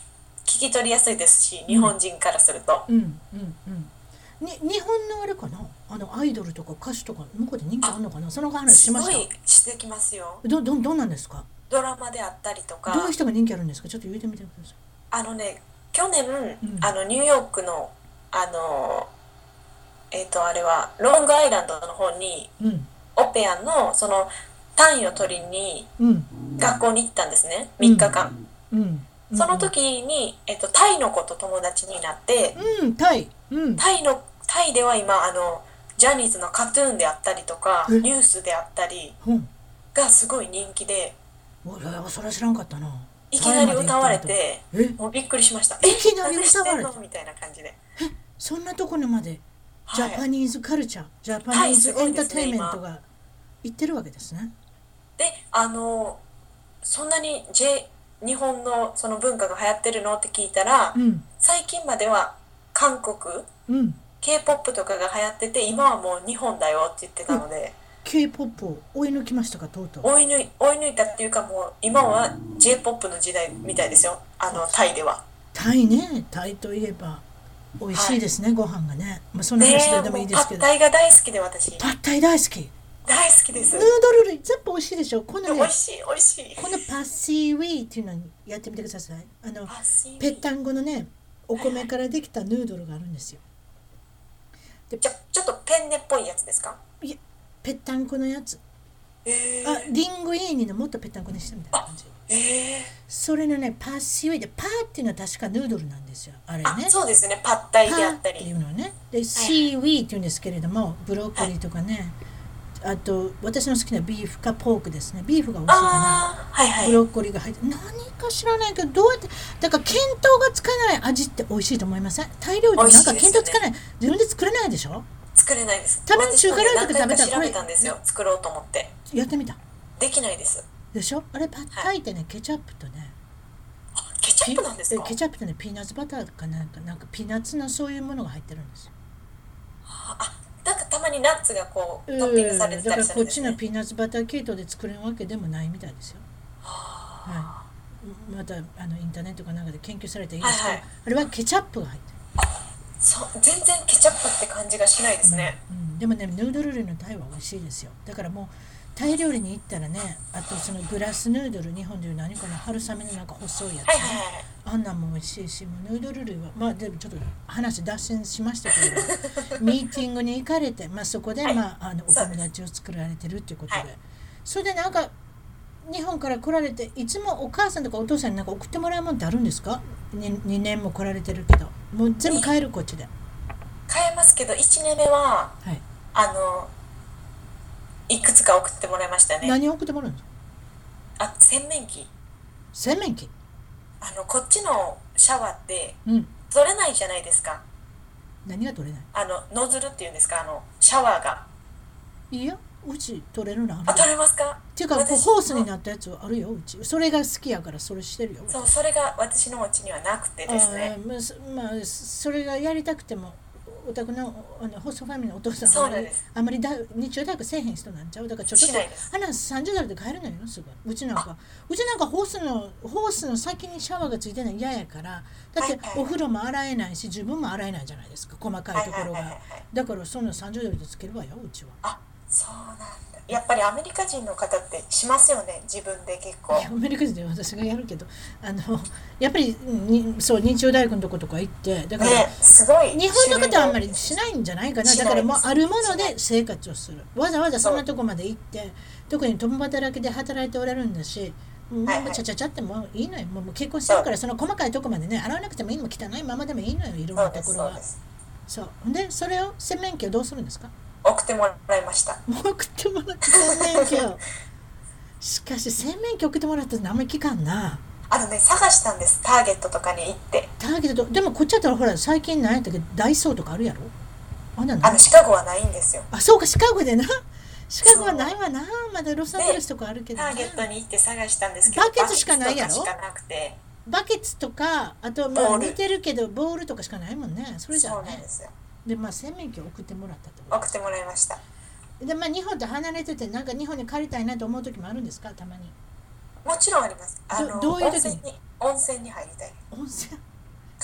聞き取りやすいですし、日本人からすると。 うんうんうん。に日本のあれかな、あのアイドルとか歌手とか向こうで人気あるのかな、その話しました。 すごいしてきますよ。 どどどうなんですか。 ドラマであったりとか。 どういう人が人気あるんですか、ちょっと言ってみてください。 あのね、去年、 うん、 あのニューヨークのあのえっ、とあれはロングアイランドの方に、 うん、 オペアのその単位を取りに学校に行ったんですね、みっかかん。 うんうんうん、 その時に、えっと、タイの子と友達になって、 うん、タイ、うん、 タイのタイでは今あのジャニーズのカトゥーンであったりとかニュースであったりがすごい人気で、 おいやそれは知らんかったな。 いきなり歌われて、もうびっくりしました。 いきなり歌われてみたいな感じで、 えそんなところまでジャパニーズカルチャー、はい、ジャパニーズエンターテインメントが行ってるわけですね。 で、あのそんなに J 日本のその文化が流行ってるのって聞いたら、うん、最近までは韓国、うん、K-ポップ とかが流行ってて、今はもう日本だよって言ってたので、うん、 K-ポップ を追い抜きましたか、とうとう。 追い抜い、追い抜いたっていうか、もう今は J-ポップ の時代みたいですよ、あのタイでは。 タイね、タイといえば美味しいですね、はい、ご飯がね。まあ、そんな話でもいいですけど、 パッタイが大好きで、私パッタイ大好き大好きです。 ヌードル類全部美味しいでしょ。このね、 美味しい美味しい。 このパッシーウィーっていうのにやってみてください。あのペッタン語のね、お米からできたヌードルがあるんですよ。 でちょちょっとペンネっぽいやつですか。 いや、ペッタン語のやつ。 えー、 あ、リングイーニのもっとペッタン語にしたみたいな感じ。 えー、 それのね、パッシーウィーで、パーっていうのは確かヌードルなんですよ。あれね。 あ、そうですね、パッタイであったり。 パーっていうのはね。で、シーウィーっていうんですけれども、ブロッコリーとかね。はい、あと私の好きなビーフかポークですね。ビーフが美味しいかな。 はいはい、 ブロッコリーが入って何か知らないけど、どうやってだから見当がつかない味って美味しいと思いません？タイ料理ってなんか見当つかない、ね、自分で作れないでしょ。 作れないです。 たまに中華料理とか食べたら調べたんですよ、作ろうと思ってやってみた。 できないですでしょ。あれパッタイってね、はい、ケチャップとね、 あ、ケチャップなんですか。 ケチャップとね、ピーナッツバターかなんか、なんかピーナッツのそういうものが入ってるんですよ。 あ、なんかたまにナッツがこうトッピングされてたりするんですね。 だからこっちのピーナッツバター系統で作れるわけでもないみたいですよ。はい、またあのインターネットかなんかで研究されていいですけど、はいはい、あれはケチャップが入ってる。 そう、全然ケチャップって感じがしないですね。 うんうん、でもね、ヌードル類のタイは美味しいですよ。だからもうタイ料理に行ったらね、あとそのグラスヌードル、日本でいう何かな、春雨のなんか細いやつね、はいはいはい、あんなんも美味しいし、もうヌードル類はまあでもちょっと話脱線しましたけれどミーティングに行かれて、まあ、そこで、まあ、あのお友達を作られてるっていうことで、はい、それでなんか日本から来られて、いつもお母さんとかお父さんになんか送ってもらうもんってあるんですか？ に, にねんも来られてるけど、もう全部買える、こっちで買えますけど、いちねんめは、はい、あのいくつか送ってもらいましたね。 何を送ってもらうんですか？ あ、洗面器。 洗面器。 あのこっちのシャワーって取れないじゃないですか。 うん、何が取れない？ あのノズルっていうんですか、あのシャワーが。 いや、うち取れるな。 あ、取れますか？ っていうか、ホースになったやつはあるよ、うち。それが好きやからそれしてるよ。 そう、それが私のお家にはなくてですね。 あ、まあ、それがやりたくても。お宅のあのホストファミリーのお父さんはあまりだ日曜大工せえへん人なんちゃう。だからちょっと話さんじゅうドルで買えるのよ、すぐ。うちなんかうちなんかホースのホースの先にシャワーがついてないの嫌やから。だってお風呂も洗えないし自分も洗えないじゃないですか、細かいところが。だからそのさんじゅうドルでつけるわよ、うちは。 あ、そうなんだ。やっぱりアメリカ人の方ってしますよね、自分で結構。 いや、アメリカ人で私がやるけど、あのやっぱりにそう日曜大工のとことか行って、だから、ね、 すごい日本の方はあんまりしないんじゃないかな。だからもうあるもので生活をする。わざわざそんなとこまで行って、特に共働きで働いておられるんだし、もうちゃちゃちゃってもいいのよ。もう結婚してるから、その細かいとこまでね、洗わなくてもいいのも汚いままでもいいのよ、いろんなところは。そう。で、それを洗面器をどうするんですか？ 送ってもらいました。 送ってもらって洗面器をしかし洗面器送ってもらったらあんまり聞かんな。 あのね、探したんです、ターゲットとかに行って。 ターゲットと、でもこっちだったらほら最近何やったっけ、ダイソーとかあるやろ。 あのシカゴはないんですよ。 あ、そうか、シカゴでな、シカゴはないわな。まだロサンゼルスとかあるけどな。ターゲットに行って探したんですけど、 バケツしかないやろ。 バケツとかしかなくて、 バケツとか、あとまあ似てるけどボールとかしかないもんね。それじゃね。 そうなんですよ。 で、まあ洗面器を送ってもらったと。 送ってもらいました。 で、まあ日本と離れてて、なんか日本に帰りたいなと思う時もあるんですか、たまに。 もちろんあります。あのどういう時に？ 温泉に温泉に入りたい。 温泉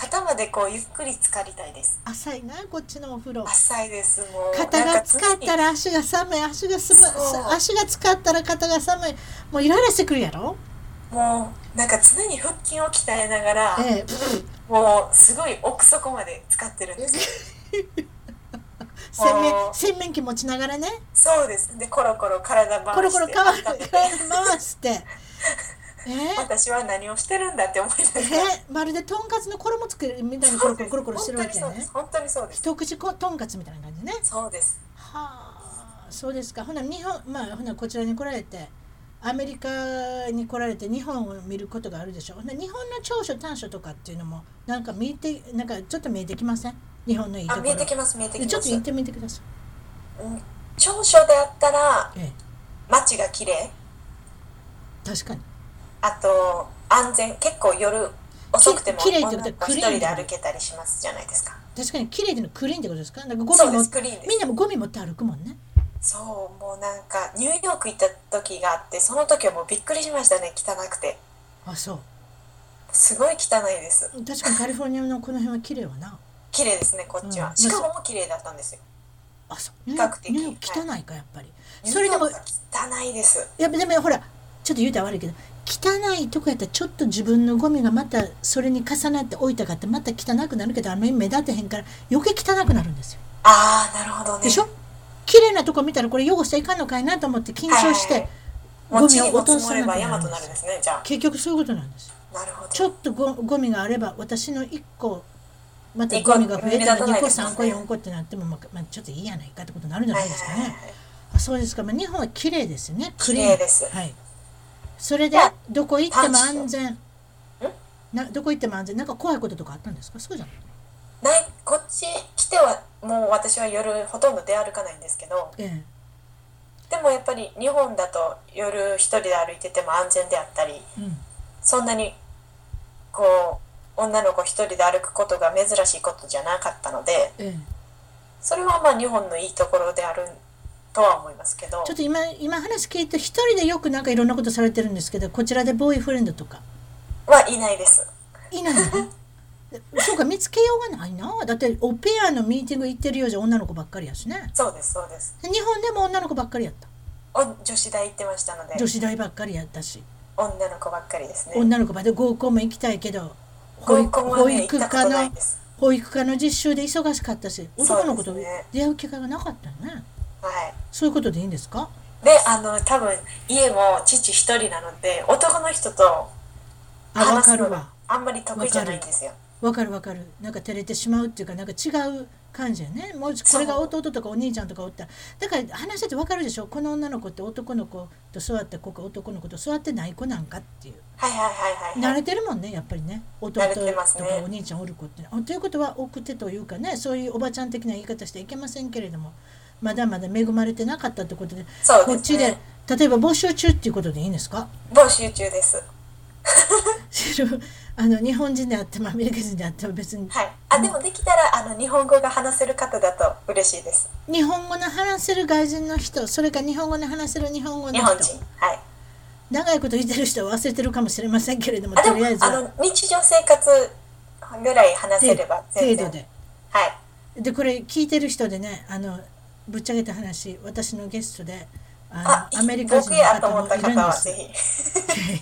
肩までこうゆっくり浸かりたいです。 浅いなこっちのお風呂。 浅いです。もう肩が浸かったら足が寒い、足がすむ足が浸かったら肩が寒い、もうイライラしてくるやろ。 もうなんか常に腹筋を鍛えながら、 ええ、 もうすごい奥底まで使ってるんです洗面洗面器持ちながらね。 そうです。でコロコロ体回してコロコロ体回してえー、 私は何をしてるんだって思いながら、 えー、まるでとんかつの衣つけるみたいにコロコロコロコロしてるわけね。 本当にそうです。 一口とんかつみたいな感じね。 そうです。 はあ、そうですか。ほな日本、まあほなこちらに来られて、アメリカに来られて日本を見ることがあるでしょう。日本の長所短所とかっていうのもなんか見て、なんかちょっと見えてきません？日本のいいところ。 あ、見えてきます見えてきます。 ちょっと言ってみてください。うん、長所であったら、ええ、街が綺麗。 確かに。あと安全、結構夜遅くても一人で歩けたりしますじゃないですか。 確かに綺麗でのクリーンってことですか？なんかゴミもみんなもゴミ持って歩くもんね。 そう、もうなんかニューヨーク行った時があって、その時はもうびっくりしましたね、汚くて。 あ、そう。 すごい汚いです。 確かにカリフォルニアのこの辺は綺麗はな。 綺麗ですね、こっちは。うん、シカゴも綺麗だったんですよ。 あ、そう。 比較的。 ニューヨーク汚いか、やっぱり。 それでも汚いです。 いやでもほら、ちょっと言うたら悪いけど、汚いとこやったらちょっと自分のゴミがまたそれに重なって置いたかってまた汚くなるけど、あの目立てへんから余計汚くなるんですよ。 ああ、なるほどね。 でしょ？綺麗なとこ見たらこれ汚しちゃいかんのかいなと思って緊張して、はいはい、 ゴミを落とさなくなるんです。ですね、じゃあ結局そういうことなんです。 なるほど。 ちょっと ゴ, ゴミがあれば私のいっこまたゴミが増えたらにこさんこよんこってなっても、まあ、ちょっといいやないかってことになるんじゃないですかね。はいはいはいはい、あ、そうですか。まあ、日本は綺麗ですね。 綺麗です。 はい。それでどこ行っても安全。などこ行っても安全。なんか怖いこととかあったんですか？そうじゃない。 ない。こっち来てはもう私は夜ほとんど出歩かないんですけど。ええ、でもやっぱり日本だと夜一人で歩いてても安全であったり、うん、そんなにこう女の子一人で歩くことが珍しいことじゃなかったので、ええ、それはまあ日本のいいところであるとは思いますけど。 ちょっと今今話聞いて一人でよくなんかいろんなことされてるんですけど、こちらでボーイフレンドとかはいないです。 いないの？そうか、見つけようがないな。だってオペアのミーティング行ってるようじゃ女の子ばっかりやしね。 そうですそうです。 日本でも女の子ばっかりやった。 お女子大行ってましたので。 女子大ばっかりやったし。 女の子ばっかりですね。 女の子ばで合コンも行きたいけど、保育、保育科の保育科の実習で忙しかったし、男の子と出会う機会がなかったよね。はい。そういうことでいいんですか？ で、あの多分家も父一人なので男の人と話すのがあんまり得意じゃないんですよ。 わかるわかる。なんか照れてしまうっていうか、なんか違う感じやね。もうこれが弟とかお兄ちゃんとかおったら、だから話しててわかるでしょ。この女の子って男の子と座ってここ男の子と座ってない子なんかっていう。 はいはいはいはい、 慣れてるもんね、やっぱりね。弟とかお兄ちゃんおる子って、ね。ということは奥手というかね、そういうおばちゃん的な言い方してはいけませんけれども、まだまだ恵まれてなかったってことで、 そうですね、 こっちで例えば募集中っていうことでいいんですか？ 募集中です。 あの日本人であってもアメリカ人であっても別に、 はい、あでもできたらあの日本語が話せる方だと嬉しいです。 日本語の話せる外人の人、それから日本語の話せる日本語の人、 日本人、はい、 長いこと言ってる人は忘れてるかもしれませんけれども、 とりあえずあの日常生活ぐらい話せれば全然程度で、 はい、 でこれ聞いてる人でね、あのぶっちゃけた話、私のゲストであのアメリカ人の方もいるんです。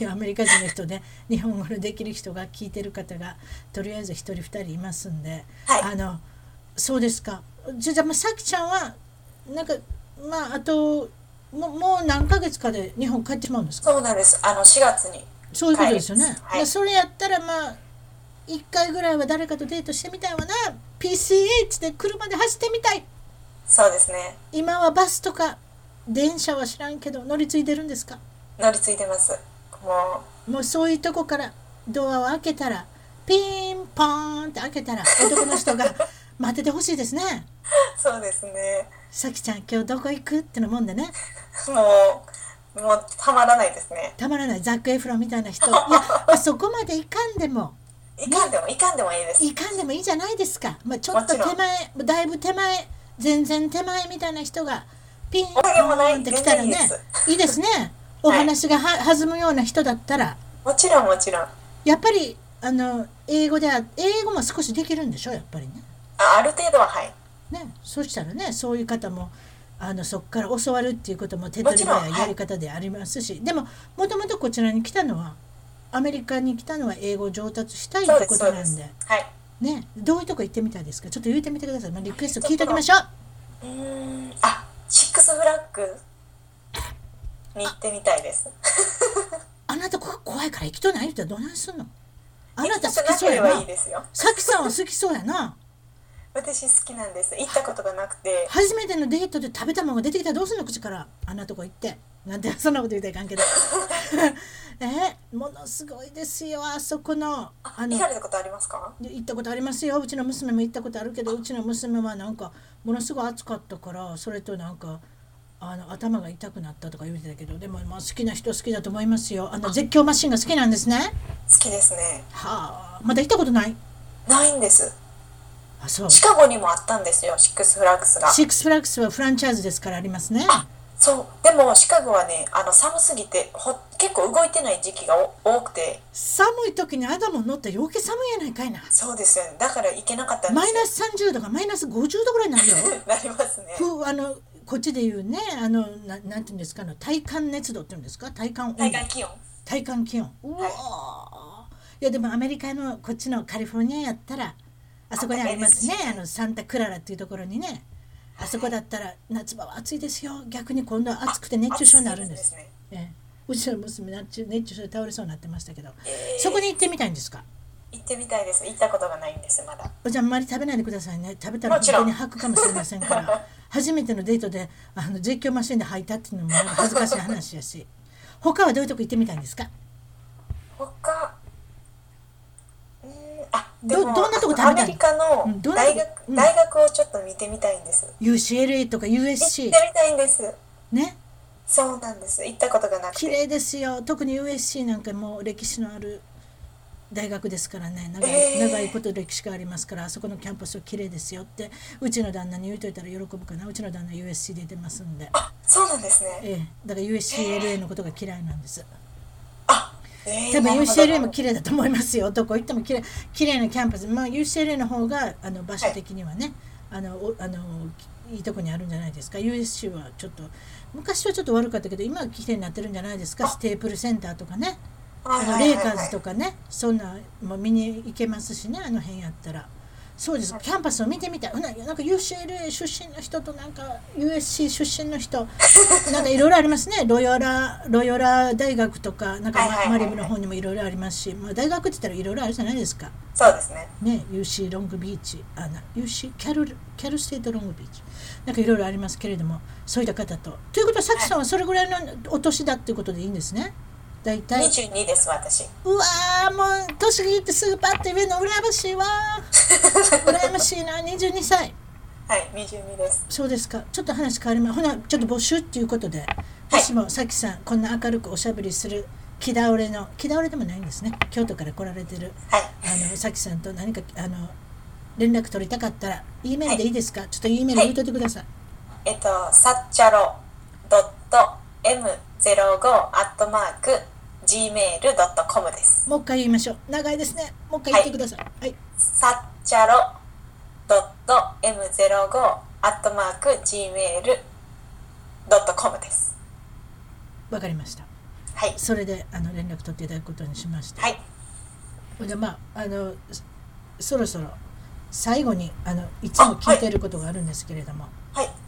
アメリカ人の人で日本語のできる人が聞いてる方がとりあえず一人二人いますんで、はい、あのそうですか。じゃあ、まあ、さきちゃんはなんかまああとももう何ヶ月かで日本帰ってしまうんですか？ そうなんです。あのしがつにそういうことですよね。 はい、 それやったらまあいっかいぐらいは誰かとデートしてみたいわな。 ピーシーエイチ で車で走ってみたい。 そうですね。 今はバスとか電車は知らんけど乗り継いでるんですか？ 乗り継いでます。もうもうそういうとこからドアを開けたらピンポーンって開けたら男の人が待っててほしいですね。 そうですね。 さきちゃん今日どこ行くってのもんでね。 もうもうたまらないですね。 たまらない。ザック・エフロンみたいな人。いや、まあ、そこまでいかんでもいかんでもいかんでもいいです。 いかんでもいいじゃないですか。まあ、ちょっと手前だいぶ手前全然手前みたいな人がピンポーンって来たらね、いいですね。お話がは弾むような人だったら、 もちろんもちろん。 やっぱりあの英語であ英語も少しできるんでしょやっぱりね。 あ、ある程度ははい。 ね、そしたらねそういう方もあのそこから教わるっていうことも手っ取り早いやり方でありますし、はい、でももともとこちらに来たのはアメリカに来たのは英語を上達したいってことなんで、 はいね、どういうとこ行ってみたいですか。ちょっと言ってみてください。まあ、リクエスト聞いておきましょう。 うーんあシックスフラッグに行ってみたいです。 あなたここ怖いから行きとない人はどないすんの。あなた好行きたくなきそうやな。 ければいいですよ。 さきさんは好きそうやな。 私好きなんです。行ったことがなくて。 初めてのデートで食べたものが出てきたらどうすんの口から。あんなとこ行ってなんてそんなこと言ったらいかんけどえものすごいですよあそこの。 あの行かれたことありますか。 行ったことありますよ。うちの娘も行ったことあるけど、うちの娘はなんかものすごい暑かったから、それとなんかあの頭が痛くなったとか言ってたけど、でもまあ好きな人好きだと思いますよ。あの絶叫マシンが好きなんですね。 好きですね。 はあ、まだ行ったことない。 ないんです。 あ、そう。 シカゴにもあったんですよ、シックスフラッグスが。 シックスフラッグスはフランチャイズですからありますね。 あ、そう。でもシカゴはね、あの寒すぎてほ結構動いてない時期が多くて。 寒い時にアダム乗ったら余計寒いやないかいな。 そうですよね。だから行けなかったんですよ。 マイナスさんじゅうどがマイナスごじゅうどぐらいになるよ。 なりますね。 ふあのこっちでいうね、あの な, なんていうんですか、あの体感熱度っていうんですか、体感温度、 体感気温。 体感気温。うわ、はい、いやでもアメリカのこっちのカリフォルニアやったらあそこにありますね、あのサンタクララっていうところにね、あそこだったら夏場は暑いですよ。逆に今度は暑くて熱中症になるんです。ですね、えうちの娘熱中症で倒れそうになってましたけど、えー、そこに行ってみたいんですか。 行ってみたいです。行ったことがないんですまだ。 じゃああんまり食べないでくださいね。食べたら本当に吐くかもしれませんから初めてのデートであの絶叫マシンで吐いたっていうのも恥ずかしい話やし他はどういうとこ行ってみたいんですか。 他うんあでもどどんなとこ食べたい。 アメリカの大学、うん、大学をちょっと見てみたいんです。 ユーシーエルエー とか ユーエスシー行ってみたいんですね。 そうなんです。行ったことがなくて。 綺麗ですよ。特に ユーエスシー なんかもう歴史のある大学ですからね、長い、えー、長いこと歴史がありますから、あそこのキャンパスは綺麗ですよってうちの旦那に言うといたら喜ぶかな。うちの旦那 ユーエスシー で出ますんで。 あ、そうなんですね。 ええ、だから ユーエスシーエルエー のことが嫌いなんです。 あ、えー、 多分 ユーシーエルエー も綺麗だと思いますよ。どこ行っても綺麗綺麗なキャンパス。まあ ユーシーエルエー の方があの場所的にはね、はい、あのあのいいとこにあるんじゃないですか。 ユーエスシー はちょっと昔はちょっと悪かったけど今は綺麗になってるんじゃないですか。ステープルセンターとかね、あのレイカーズとかね、そんなも見に行けますしね、あの辺やったら。そうです、キャンパスを見てみたい。なんか ユーシーエルエー 出身の人となんか ユーエスシー 出身の人なんかいろいろありますね。ロヨラロヨラ大学とかなんかマリブの方にもいろいろありますし、まあ、大学って言ったらいろいろあるじゃないですか。 そうですね。 ね、ユーシー ロングビーチ、あの ユーシー キャルキャルステートロングビーチ、なんかいろいろありますけれども、そういった方と。ということはさきさんはそれぐらいのお年だっていうことでいいんですね。大体にじゅうにです私。 うわーもう年聞いてすぐパッて言えるの羨ましいわ羨ましいな。にじゅうにさい。 はいにじゅうにです。 そうですか。ちょっと話変わります。ほなちょっと募集っていうことで、はい、私もさきさんこんな明るくおしゃべりする気倒れの気倒れでもないんですね。京都から来られてる、 はい、 あのさきさんと何かあの連絡取りたかったら E メールでいいですか。はい、ちょっと E メール言うといてください。 はい、えっとさっちゃろ エムゼロご アットマーク ジーメール ドットコム です。 もう一回言いましょう。長いですね。もう一回言ってください。はい。 さっちゃろ エムゼロご アットマーク ジーメール ドットコム です。 わかりました。 はい。 それであの連絡取っていただくことにしまして。 はい。 じゃまああのそろそろ最後にあのいつも聞いていることがあるんですけれども。 はい。はい、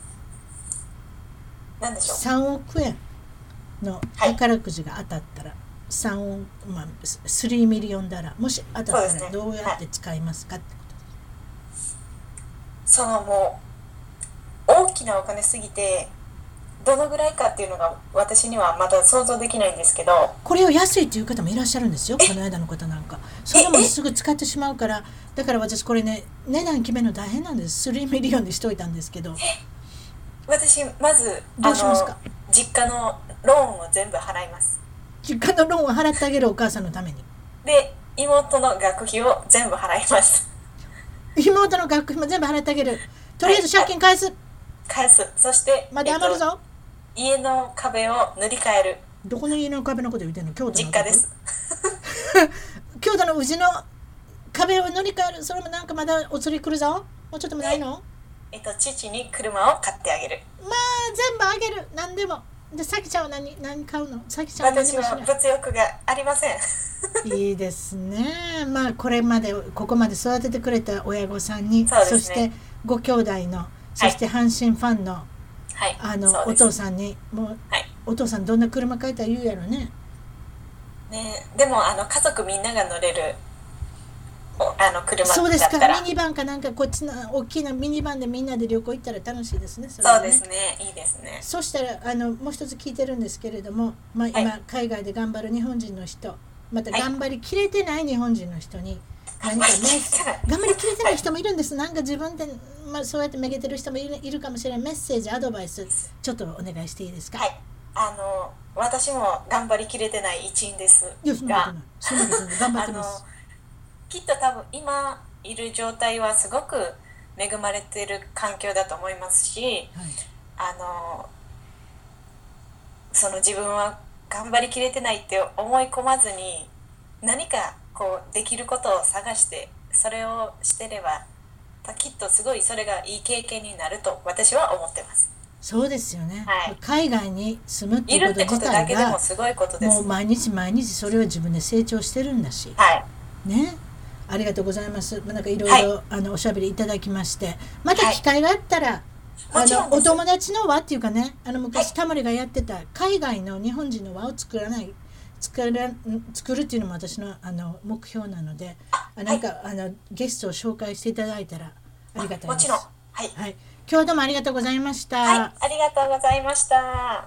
何でしょう。 さんおくえんの宝くじが当たったら、はい、さんおく、まあ、さんミリオンダラーもし当たったらどうやって使いますかってことです。 そのもう大きなお金すぎてどのぐらいかっていうのが私にはまだ想像できないんですけど、 これを安いっていう方もいらっしゃるんですよ。この間の方なんかそれもすぐ使ってしまうから、だから私これね値段決めるの大変なんです。さんミリオンにしといたんですけど、 私まずどうしますか。 実家のローンを全部払います。 実家のローンを払ってあげるお母さんのために。 で妹の学費を全部払います。 妹の学費も全部払ってあげる。とりあえず借金返す、はい、 返す。そしてまだ余るぞ、 えっと、家の壁を塗り替える。 どこの家の壁のこと言ってんの。京都の実家です。 京京都の宇治の壁を乗り換える、それもなんかまだお釣り来るぞ。もうちょっともないの？ えっと父に車を買ってあげる。 まあ全部あげる、何でも。で、さきちゃんは何何買うの？さきちゃんは何私もしない。 は物欲がありません。 いいですね。まあこれまでここまで育ててくれた親御さんに、 そうですね、 そしてご兄弟の、そして阪神ファンの、 はい、 あのお父さんにもう、 はい、 お父さんどんな車買いたら言うやろね。 ね、でもあの家族みんなが乗れるあの車だったら。 そうですか。ミニバンかなんかこっちの大きなミニバンでみんなで旅行行ったら楽しいですね。それはね。 そうですね、いいですね。 そしたらあのもう一つ聞いてるんですけれども、まあ、今、はい、海外で頑張る日本人の人、また頑張りきれてない日本人の人に何かメッセージ、頑張りきれてない人もいるんです。なんか自分で、まあ、そうやってめげてる人もいる、いるかもしれない。メッセージアドバイスちょっとお願いしていいですか？ はい、あの私も頑張りきれてない一員ですが、 いやそんなことない、そんなことない、頑張ってます。 きっと多分今いる状態はすごく恵まれている環境だと思いますし、はい、あのその自分は頑張りきれてないって思い込まずに何かこうできることを探してそれをしてればきっとすごいそれがいい経験になると私は思ってます。 そうですよね、 はい、 海外に住むってこと自体がもう毎日毎日それは自分で成長してるんだし、 はい、 ね。ありがとうございます。なんかいろいろあのおしゃべりいただきまして、また機会があったら、はい、あのお友達の輪っていうかね、あの昔、はい、タモリがやってた海外の日本人の輪を作らない作ら作るっていうのも私のあの目標なので、あなんか、はい、あのゲストを紹介していただいたらありがたいです。 もちろん、はい、 はい、今日どうもありがとうございました。 はい、ありがとうございました。